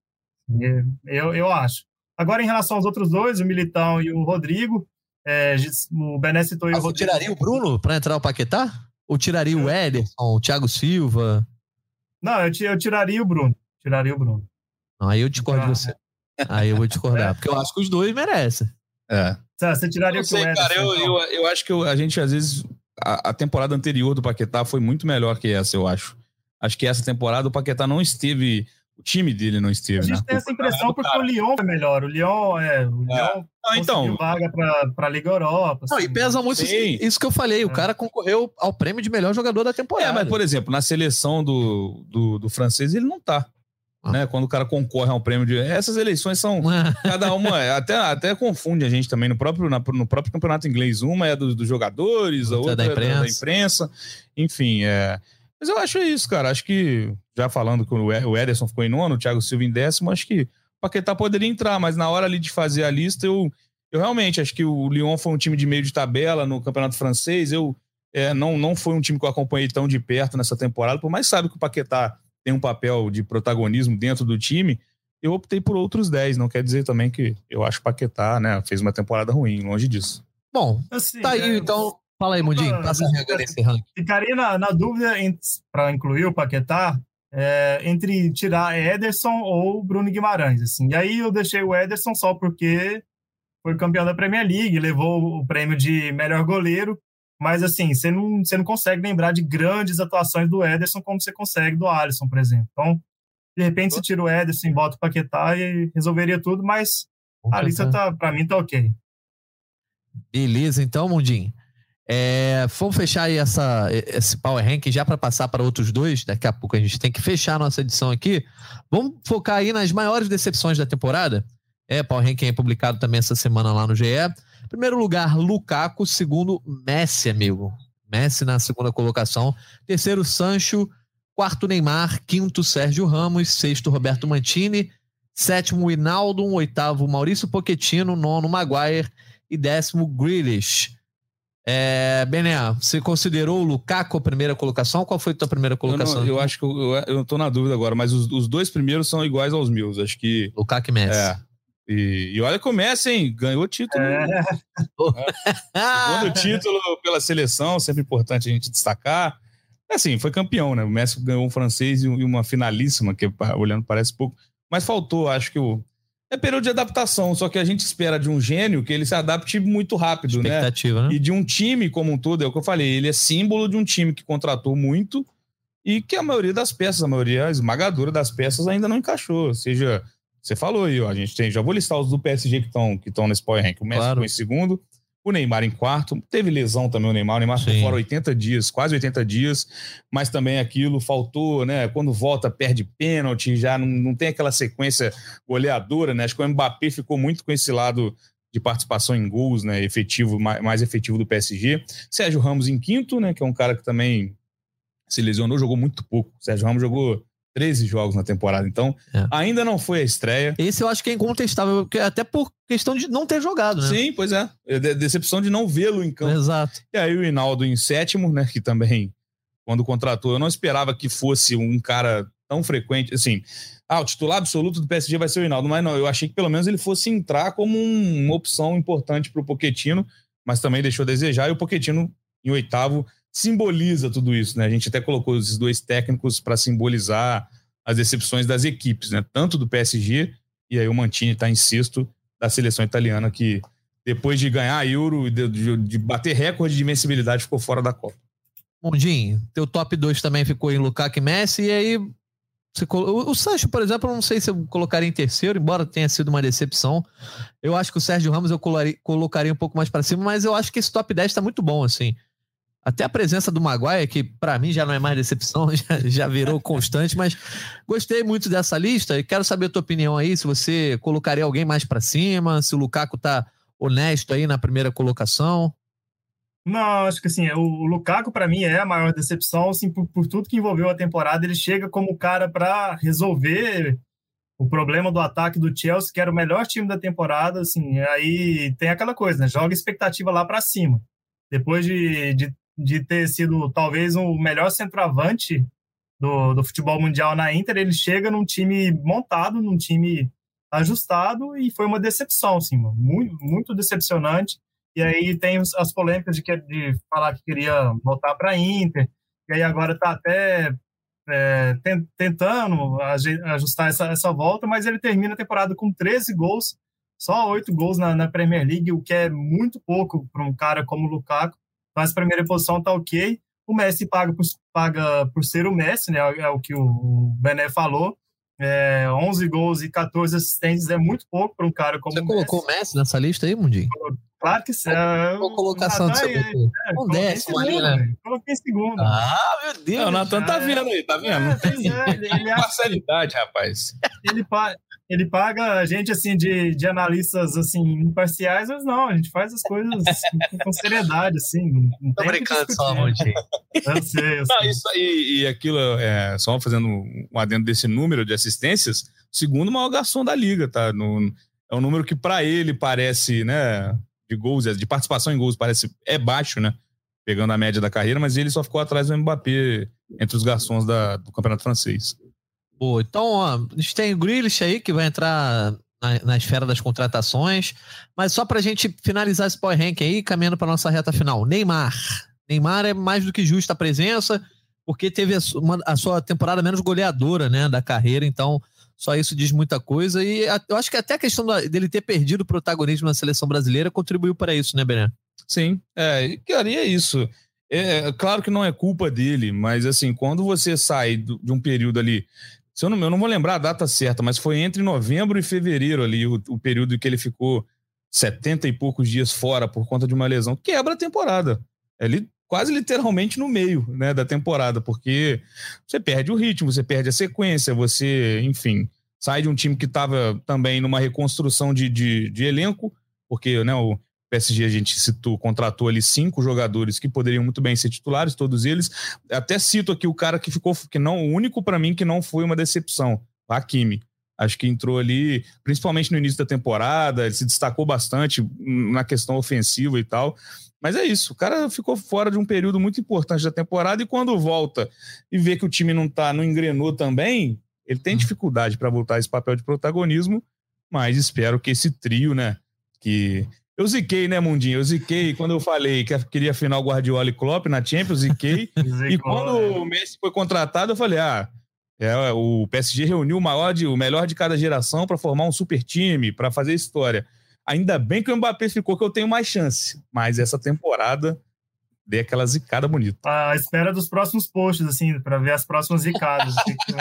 Speaker 2: Eu acho. Agora, em relação aos outros dois, o Militão e o Rodrigo, o Bené citou e o Rodrigo.
Speaker 1: Você tiraria o Bruno para entrar o Paquetá? Ou tiraria o Ederson, o Thiago Silva?
Speaker 2: Não, eu tiraria o Bruno.
Speaker 1: Não, aí eu discordo de você. Aí eu vou discordar, porque eu acho que os dois merecem.
Speaker 2: Você tiraria o Ederson?
Speaker 3: Cara, eu acho que a gente, às vezes, a temporada anterior do Paquetá foi muito melhor que essa, eu acho. Acho que essa temporada o Paquetá não esteve, o time dele não esteve.
Speaker 2: A gente tem essa impressão porque o Lyon foi melhor. O Lyon conseguiu vaga para a Liga Europa.
Speaker 1: Não,
Speaker 2: assim,
Speaker 1: e pesa muito isso que eu falei. O cara concorreu ao prêmio de melhor jogador da temporada.
Speaker 3: Mas, por exemplo, na seleção do francês, ele não tá. Né? Quando o cara concorre a um prêmio de... Essas eleições são... Cada uma... Até confunde a gente também. No próprio campeonato inglês, uma é dos jogadores, a outra é da imprensa. Enfim, Mas eu acho isso, cara. Acho que, já falando que o Ederson ficou em 9º, o Thiago Silva em 10º, acho que o Paquetá poderia entrar, mas na hora ali de fazer a lista, eu realmente acho que o Lyon foi um time de meio de tabela no campeonato francês. Não foi um time que eu acompanhei tão de perto nessa temporada, por mais sabe que o Paquetá tem um papel de protagonismo dentro do time, eu optei por outros 10. Não quer dizer também que eu acho que o Paquetá, né, fez uma temporada ruim, longe disso.
Speaker 1: Bom, assim, tá aí, então... Fala aí, Mundinho, passa a regra nesse ranking.
Speaker 2: Ficaria na dúvida, para incluir o Paquetá, entre tirar Ederson ou Bruno Guimarães. Assim. E aí eu deixei o Ederson só porque foi campeão da Premier League, levou o prêmio de melhor goleiro, mas assim, você não consegue lembrar de grandes atuações do Ederson como você consegue do Alisson, por exemplo. Então, de repente, você tira o Ederson e bota o Paquetá e resolveria tudo, mas a lista, para mim, tá ok.
Speaker 1: Beleza, então, Mundinho. Vamos fechar aí esse Power Rank já para passar para outros dois. Daqui a pouco a gente tem que fechar a nossa edição aqui. Vamos focar aí nas maiores decepções da temporada. Power Rank é publicado também essa semana lá no GE. Primeiro lugar, Lukaku. Segundo, Messi, amigo. Messi na segunda colocação. Terceiro, Sancho. Quarto, Neymar. Quinto, Sérgio Ramos. Sexto, Roberto Mancini. Sétimo, Wijnaldum. Oitavo, Maurício Pochettino. Nono, Maguire. E 10º, Grealish. Bené, você considerou o Lukaku a primeira colocação? Qual foi a tua primeira colocação?
Speaker 3: Eu acho que eu tô na dúvida agora, mas os dois primeiros são iguais aos meus. Acho que...
Speaker 1: Lukaku e Messi.
Speaker 3: E olha que o Messi, hein? Ganhou título. Segundo título pela seleção, sempre importante a gente destacar. Assim, foi campeão, né? O Messi ganhou um francês e uma finalíssima, que olhando parece pouco. Mas faltou, acho que é período de adaptação, só que a gente espera de um gênio que ele se adapte muito rápido,
Speaker 1: expectativa, né?
Speaker 3: E de um time como um todo, é o que eu falei, ele é símbolo de um time que contratou muito e que a maioria das peças, a maioria esmagadora das peças ainda não encaixou. Ou seja, você falou aí, a gente tem, já vou listar os do PSG que estão nesse Power Rank. O Messi ficou em segundo, o Neymar em quarto, teve lesão também o Neymar ficou fora 80 dias, quase 80 dias, mas também aquilo faltou, né? Quando volta, perde pênalti, já não tem aquela sequência goleadora, né? Acho que o Mbappé ficou muito com esse lado de participação em gols, né? Efetivo, mais efetivo do PSG. Sérgio Ramos em quinto, né? Que é um cara que também se lesionou, jogou muito pouco. O Sérgio Ramos jogou 13 jogos na temporada, então ainda não foi a estreia.
Speaker 1: Esse eu acho que é incontestável, até por questão de não ter jogado, né?
Speaker 3: Sim, pois é. Decepção de não vê-lo em campo.
Speaker 1: Exato.
Speaker 3: E aí o Wijnaldum em sétimo, né, que também, quando contratou, eu não esperava que fosse um cara tão frequente, assim, o titular absoluto do PSG vai ser o Wijnaldum, mas não, eu achei que pelo menos ele fosse entrar como uma opção importante para o Pochettino, mas também deixou a desejar, e o Pochettino em oitavo simboliza tudo isso, né? A gente até colocou esses dois técnicos para simbolizar as decepções das equipes, né? Tanto do PSG, e aí o Mancini está em sexto, da seleção italiana, que depois de ganhar a Euro, de bater recorde de invencibilidade, ficou fora da Copa.
Speaker 1: Mundinho, teu top 2 também ficou em Lukaku e Messi, e aí o Sancho, por exemplo, eu não sei se eu colocaria em terceiro, embora tenha sido uma decepção. Eu acho que o Sérgio Ramos eu colocaria um pouco mais para cima, mas eu acho que esse top 10 está muito bom, assim. Até a presença do Maguire, que para mim já não é mais decepção, já virou constante, mas gostei muito dessa lista e quero saber a tua opinião aí, se você colocaria alguém mais para cima, se o Lukaku tá honesto aí na primeira colocação.
Speaker 2: Não, acho que assim, o Lukaku para mim é a maior decepção, assim, por tudo que envolveu a temporada. Ele chega como o cara para resolver o problema do ataque do Chelsea, que era o melhor time da temporada, assim, aí tem aquela coisa, né? Joga expectativa lá para cima. Depois de ter sido talvez o melhor centroavante do futebol mundial na Inter, ele chega num time montado, num time ajustado, e foi uma decepção, assim, muito, muito decepcionante. E aí tem as polêmicas de falar que queria voltar para a Inter, e aí agora está até tentando ajustar essa volta, mas ele termina a temporada com 13 gols, só 8 gols na Premier League, o que é muito pouco para um cara como o Lukaku. Mas a primeira posição tá ok. O Messi paga por ser o Messi, né? É o que o Bené falou. 11 gols e 14 assistências é muito pouco para um cara como
Speaker 1: o Messi. Você colocou o Messi nessa lista aí, Mundinho?
Speaker 2: Claro que sim.
Speaker 1: Qual colocação do seu
Speaker 2: um décimo ali, né? Coloquei em segundo.
Speaker 1: Ah, meu Deus.
Speaker 3: O Natan tá vendo aí, tá vendo? Não tem parcialidade, rapaz.
Speaker 2: Ele paga a gente, assim, de analistas, assim, imparciais, mas não, a gente faz as coisas com seriedade, assim. Não
Speaker 1: tô
Speaker 2: tem
Speaker 1: brincando
Speaker 2: que
Speaker 1: só, Mundinho.
Speaker 2: Eu sei.
Speaker 3: Não, isso aí, e aquilo, só fazendo um adendo desse número de assistências, o segundo maior garçom da liga, tá? É um número que para ele parece, né, de gols, de participação em gols, é baixo, né? Pegando a média da carreira, mas ele só ficou atrás do Mbappé entre os garçons do Campeonato Francês.
Speaker 1: Pô, então, ó, a gente tem o Grealish aí, que vai entrar na esfera das contratações, mas só pra gente finalizar esse Power Rank aí, caminhando pra nossa reta final. Neymar é mais do que justa a presença, porque teve a sua temporada menos goleadora, né, da carreira, então só isso diz muita coisa, e eu acho que até a questão dele ter perdido o protagonismo na seleção brasileira contribuiu para isso, né, Bené?
Speaker 3: Sim, cara, e é isso. Claro que não é culpa dele, mas assim, quando você sai de um período ali, eu não vou lembrar a data certa, mas foi entre novembro e fevereiro ali, o período em que ele ficou 70 e poucos dias fora por conta de uma lesão, quebra a temporada. Ele quase literalmente no meio, né, da temporada, porque você perde o ritmo, você perde a sequência, você, enfim, sai de um time que estava também numa reconstrução de elenco, porque, né, o PSG, a gente contratou ali 5 jogadores que poderiam muito bem ser titulares, todos eles. Até cito aqui o cara que ficou, o único para mim que não foi uma decepção, o Hakimi. Acho que entrou ali, principalmente no início da temporada, ele se destacou bastante na questão ofensiva e tal. Mas é isso, o cara ficou fora de um período muito importante da temporada e quando volta e vê que o time não engrenou também, ele tem dificuldade para voltar a esse papel de protagonismo, mas espero que esse trio, né, que... Eu ziquei, né, Mundinho? Eu ziquei quando eu falei que queria afinar o Guardiola e Klopp na Champions, ziquei. E quando o Messi foi contratado, eu falei, o PSG reuniu o melhor de cada geração para formar um super time, para fazer história. Ainda bem que o Mbappé ficou, que eu tenho mais chance. Mas essa temporada dei aquela zicada bonita.
Speaker 2: À espera dos próximos posts, assim, para ver as próximas zicadas.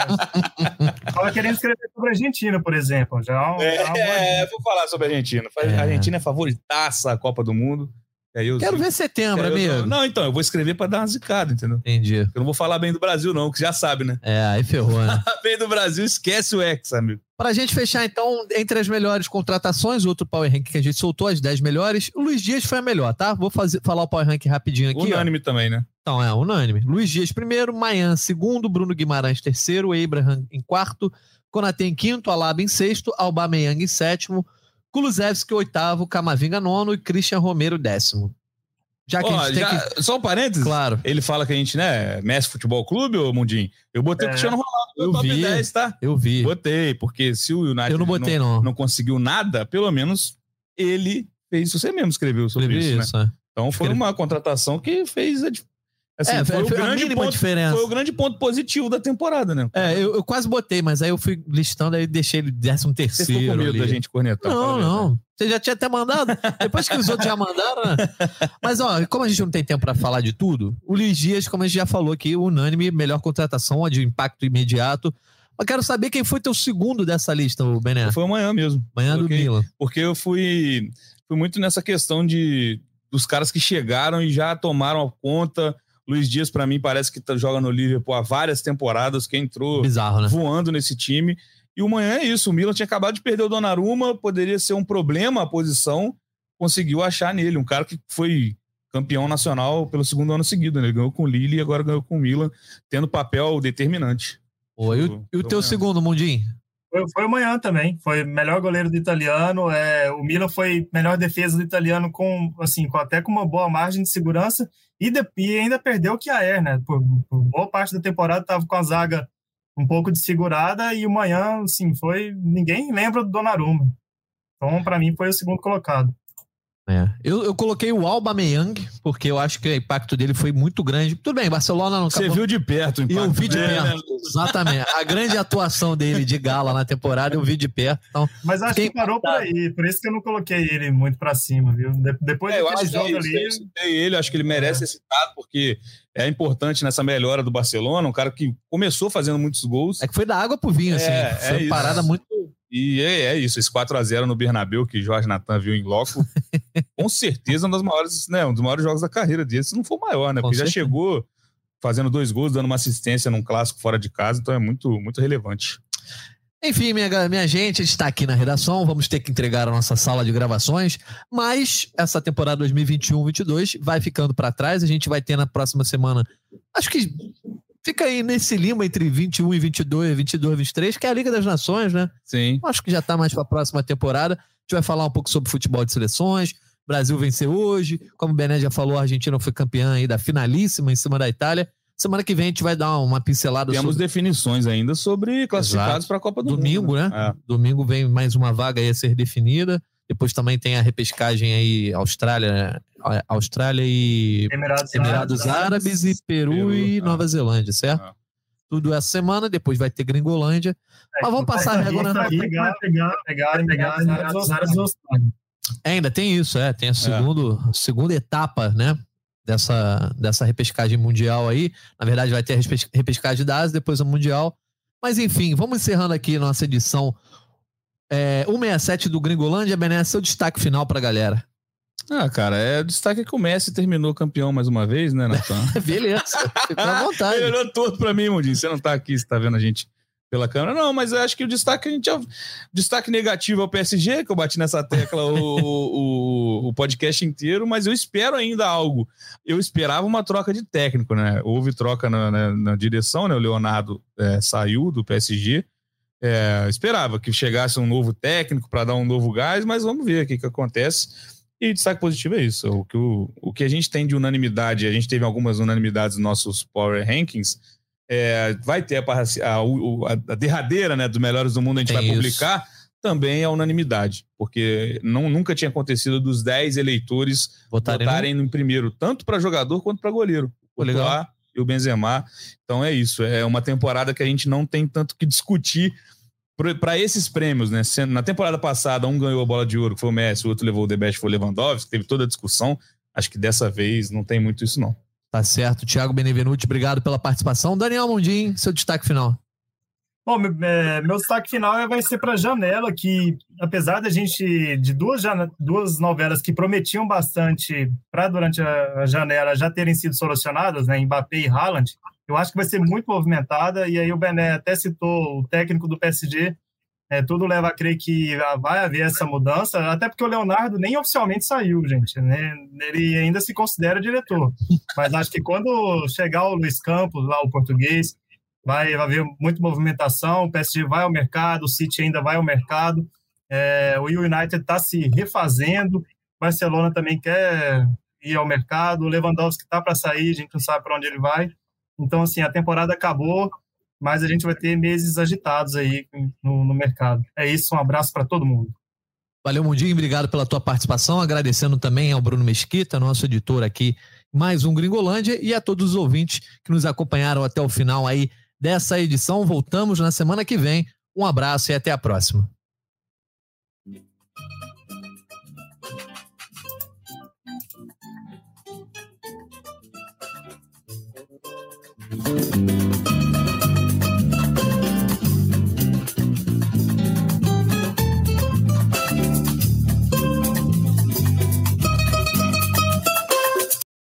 Speaker 2: Estava querendo escrever sobre a Argentina, por exemplo.
Speaker 3: Vou falar sobre a Argentina. A Argentina é favoritaça a Copa do Mundo.
Speaker 1: Quero ver setembro, amigo.
Speaker 3: Não, então, eu vou escrever pra dar uma zicada, entendeu?
Speaker 1: Entendi.
Speaker 3: Eu não vou falar bem do Brasil, não, que já sabe, né?
Speaker 1: Aí ferrou, né?
Speaker 3: Bem do Brasil, esquece o Hexa, amigo.
Speaker 1: Pra gente fechar, então, entre as melhores contratações, outro Power Rank que a gente soltou, as 10 melhores, o Luiz Dias foi a melhor, tá? Vou falar o Power Rank rapidinho aqui.
Speaker 3: Unânime também, né?
Speaker 1: Então, unânime. Luiz Dias primeiro, Mayan segundo, Bruno Guimarães terceiro, Abraham em quarto, Konaté em quinto, Alaba em sexto, Aubameyang em sétimo, Kulusevski oitavo, Camavinga nono e Christian Romero décimo. Já que a gente tem que...
Speaker 3: Só um parênteses?
Speaker 1: Claro.
Speaker 3: Ele fala que a gente, né, Messi Futebol Clube, ô Mundinho? Eu botei o Cristiano Ronaldo no top 10, tá?
Speaker 1: Eu vi.
Speaker 3: Botei, porque se o United não conseguiu nada, pelo menos ele fez. Você mesmo escreveu sobre isso, né? Então foi uma contratação que fez assim, foi o grande ponto positivo da temporada, né?
Speaker 1: Eu quase botei, mas aí eu fui listando, aí deixei ele 13º.
Speaker 3: Você ficou com medo da gente cornetar?
Speaker 1: Não. Você já tinha até mandado? Depois que os outros já mandaram, né? Mas, como a gente não tem tempo pra falar de tudo, o Luiz Dias, como a gente já falou aqui, unânime, melhor contratação, de impacto imediato. Eu quero saber quem foi teu segundo dessa lista, o Bené.
Speaker 3: Foi amanhã mesmo.
Speaker 1: Amanhã do Milan.
Speaker 3: Porque eu fui muito nessa questão dos caras que chegaram e já tomaram a conta. Luiz Dias, pra mim, parece que joga no Liverpool há várias temporadas, que entrou voando nesse time. E o Manhã é isso, o Milan tinha acabado de perder o Donnarumma, poderia ser um problema a posição, conseguiu achar nele, um cara que foi campeão nacional pelo segundo ano seguido, né? Ele ganhou com o Lille e agora ganhou com o Milan, tendo papel determinante.
Speaker 1: E o teu segundo, Mundinho?
Speaker 2: Foi o Manhã também, foi melhor goleiro do italiano, o Milan foi melhor defesa do italiano até com uma boa margem de segurança e ainda perdeu o Kjaer, né? Por boa parte da temporada estava com a zaga um pouco desfigurada e o Manhã, assim, ninguém lembra do Donnarumma. Então, para mim, foi o segundo colocado.
Speaker 1: Eu coloquei o Aubameyang, porque eu acho que o impacto dele foi muito grande. Tudo bem, Barcelona não acabou.
Speaker 3: Você viu de perto o impacto.
Speaker 1: Eu vi de perto, exatamente. A grande atuação dele de gala na temporada, eu vi de perto. Então,
Speaker 2: mas acho que parou por aí, por isso que eu não coloquei ele muito pra cima, viu? Depois daquele jogo ali...
Speaker 3: Eu acho que ele merece esse citado, porque é importante nessa melhora do Barcelona, um cara que começou fazendo muitos gols.
Speaker 1: É que foi da água pro vinho, assim. Foi uma parada muito...
Speaker 3: E é isso, esse 4-0 no Bernabéu, que Jorge Natan viu em loco, com certeza um dos maiores jogos da carreira dele, se não for o maior, né? Porque já chegou fazendo 2 gols, dando uma assistência num clássico fora de casa, então é muito, muito relevante.
Speaker 1: Enfim, minha gente, a gente está aqui na redação, vamos ter que entregar a nossa sala de gravações, mas essa temporada 2021-22 vai ficando para trás, a gente vai ter na próxima semana, acho que fica aí nesse limbo entre 21 e 22, 22 e 23, que é a Liga das Nações, né?
Speaker 3: Sim.
Speaker 1: Acho que já está mais para a próxima temporada. A gente vai falar um pouco sobre futebol de seleções. Brasil venceu hoje. Como o Bené já falou, a Argentina foi campeã aí da finalíssima em cima da Itália. Semana que vem a gente vai dar uma pincelada.
Speaker 3: Temos definições ainda sobre classificados para a Copa do
Speaker 1: Domingo,
Speaker 3: Mundo.
Speaker 1: Né? Domingo vem mais uma vaga aí a ser definida. Depois também tem a repescagem aí Austrália e Emirados Árabes e Peru e Nova Zelândia, certo? Tudo essa semana, depois vai ter Gringolândia. Mas vamos passar a régua
Speaker 2: na... pegar Emirados Árabes e Austrália.
Speaker 1: Ainda tem isso, tem a segunda etapa, né? Dessa repescagem mundial aí. Na verdade, vai ter a repescagem da Ásia, depois a mundial. Mas enfim, vamos encerrando aqui nossa edição 167 do Gringolândia. Bené, seu destaque final pra galera.
Speaker 3: Cara, o destaque é que o Messi terminou campeão mais uma vez, né, Natan?
Speaker 1: Beleza, fica à vontade.
Speaker 3: Melhorou tudo pra mim, Mundinho. Você não tá aqui, você tá vendo a gente pela câmera. Não, mas eu acho que o destaque negativo é o PSG, que eu bati nessa tecla o podcast inteiro, mas eu espero ainda algo. Eu esperava uma troca de técnico, né? Houve troca na direção, né? O Leonardo saiu do PSG. Esperava que chegasse um novo técnico para dar um novo gás, mas vamos ver o que acontece. E destaque positivo é isso. O que a gente tem de unanimidade, a gente teve algumas unanimidades nos nossos Power Rankings, vai ter a derradeira, né, dos melhores do mundo, a gente vai publicar, também a unanimidade, porque nunca tinha acontecido dos 10 eleitores votarem no primeiro, tanto para jogador quanto para goleiro. O Courtois e o Benzema. Então é isso, é uma temporada que a gente não tem tanto que discutir para esses prêmios, né? Na temporada passada, um ganhou a bola de ouro, que foi o Messi, o outro levou o The Best, foi o Lewandowski, teve toda a discussão. Acho que dessa vez não tem muito isso, não.
Speaker 1: Tá certo. Thiago Benevenuti, obrigado pela participação. Daniel Mundim, seu destaque final.
Speaker 2: Bom, meu destaque final vai ser para a janela, que apesar da gente, de duas novelas que prometiam bastante para durante a janela já terem sido solucionadas, né, Mbappé e Haaland, eu acho que vai ser muito movimentada, e aí o Bené até citou o técnico do PSG, tudo leva a crer que vai haver essa mudança, até porque o Leonardo nem oficialmente saiu, gente, né? Ele ainda se considera diretor, mas acho que quando chegar o Luiz Campos, lá o português, vai haver muita movimentação, o PSG vai ao mercado, o City ainda vai ao mercado, o United está se refazendo, o Barcelona também quer ir ao mercado, o Lewandowski está para sair, a gente não sabe para onde ele vai. Então, assim, a temporada acabou, mas a gente vai ter meses agitados aí no mercado. É isso, um abraço para todo mundo.
Speaker 1: Valeu, Mundinho, obrigado pela tua participação, agradecendo também ao Bruno Mesquita, nosso editor aqui, mais um Gringolândia, e a todos os ouvintes que nos acompanharam até o final aí dessa edição. Voltamos na semana que vem. Um abraço e até a próxima.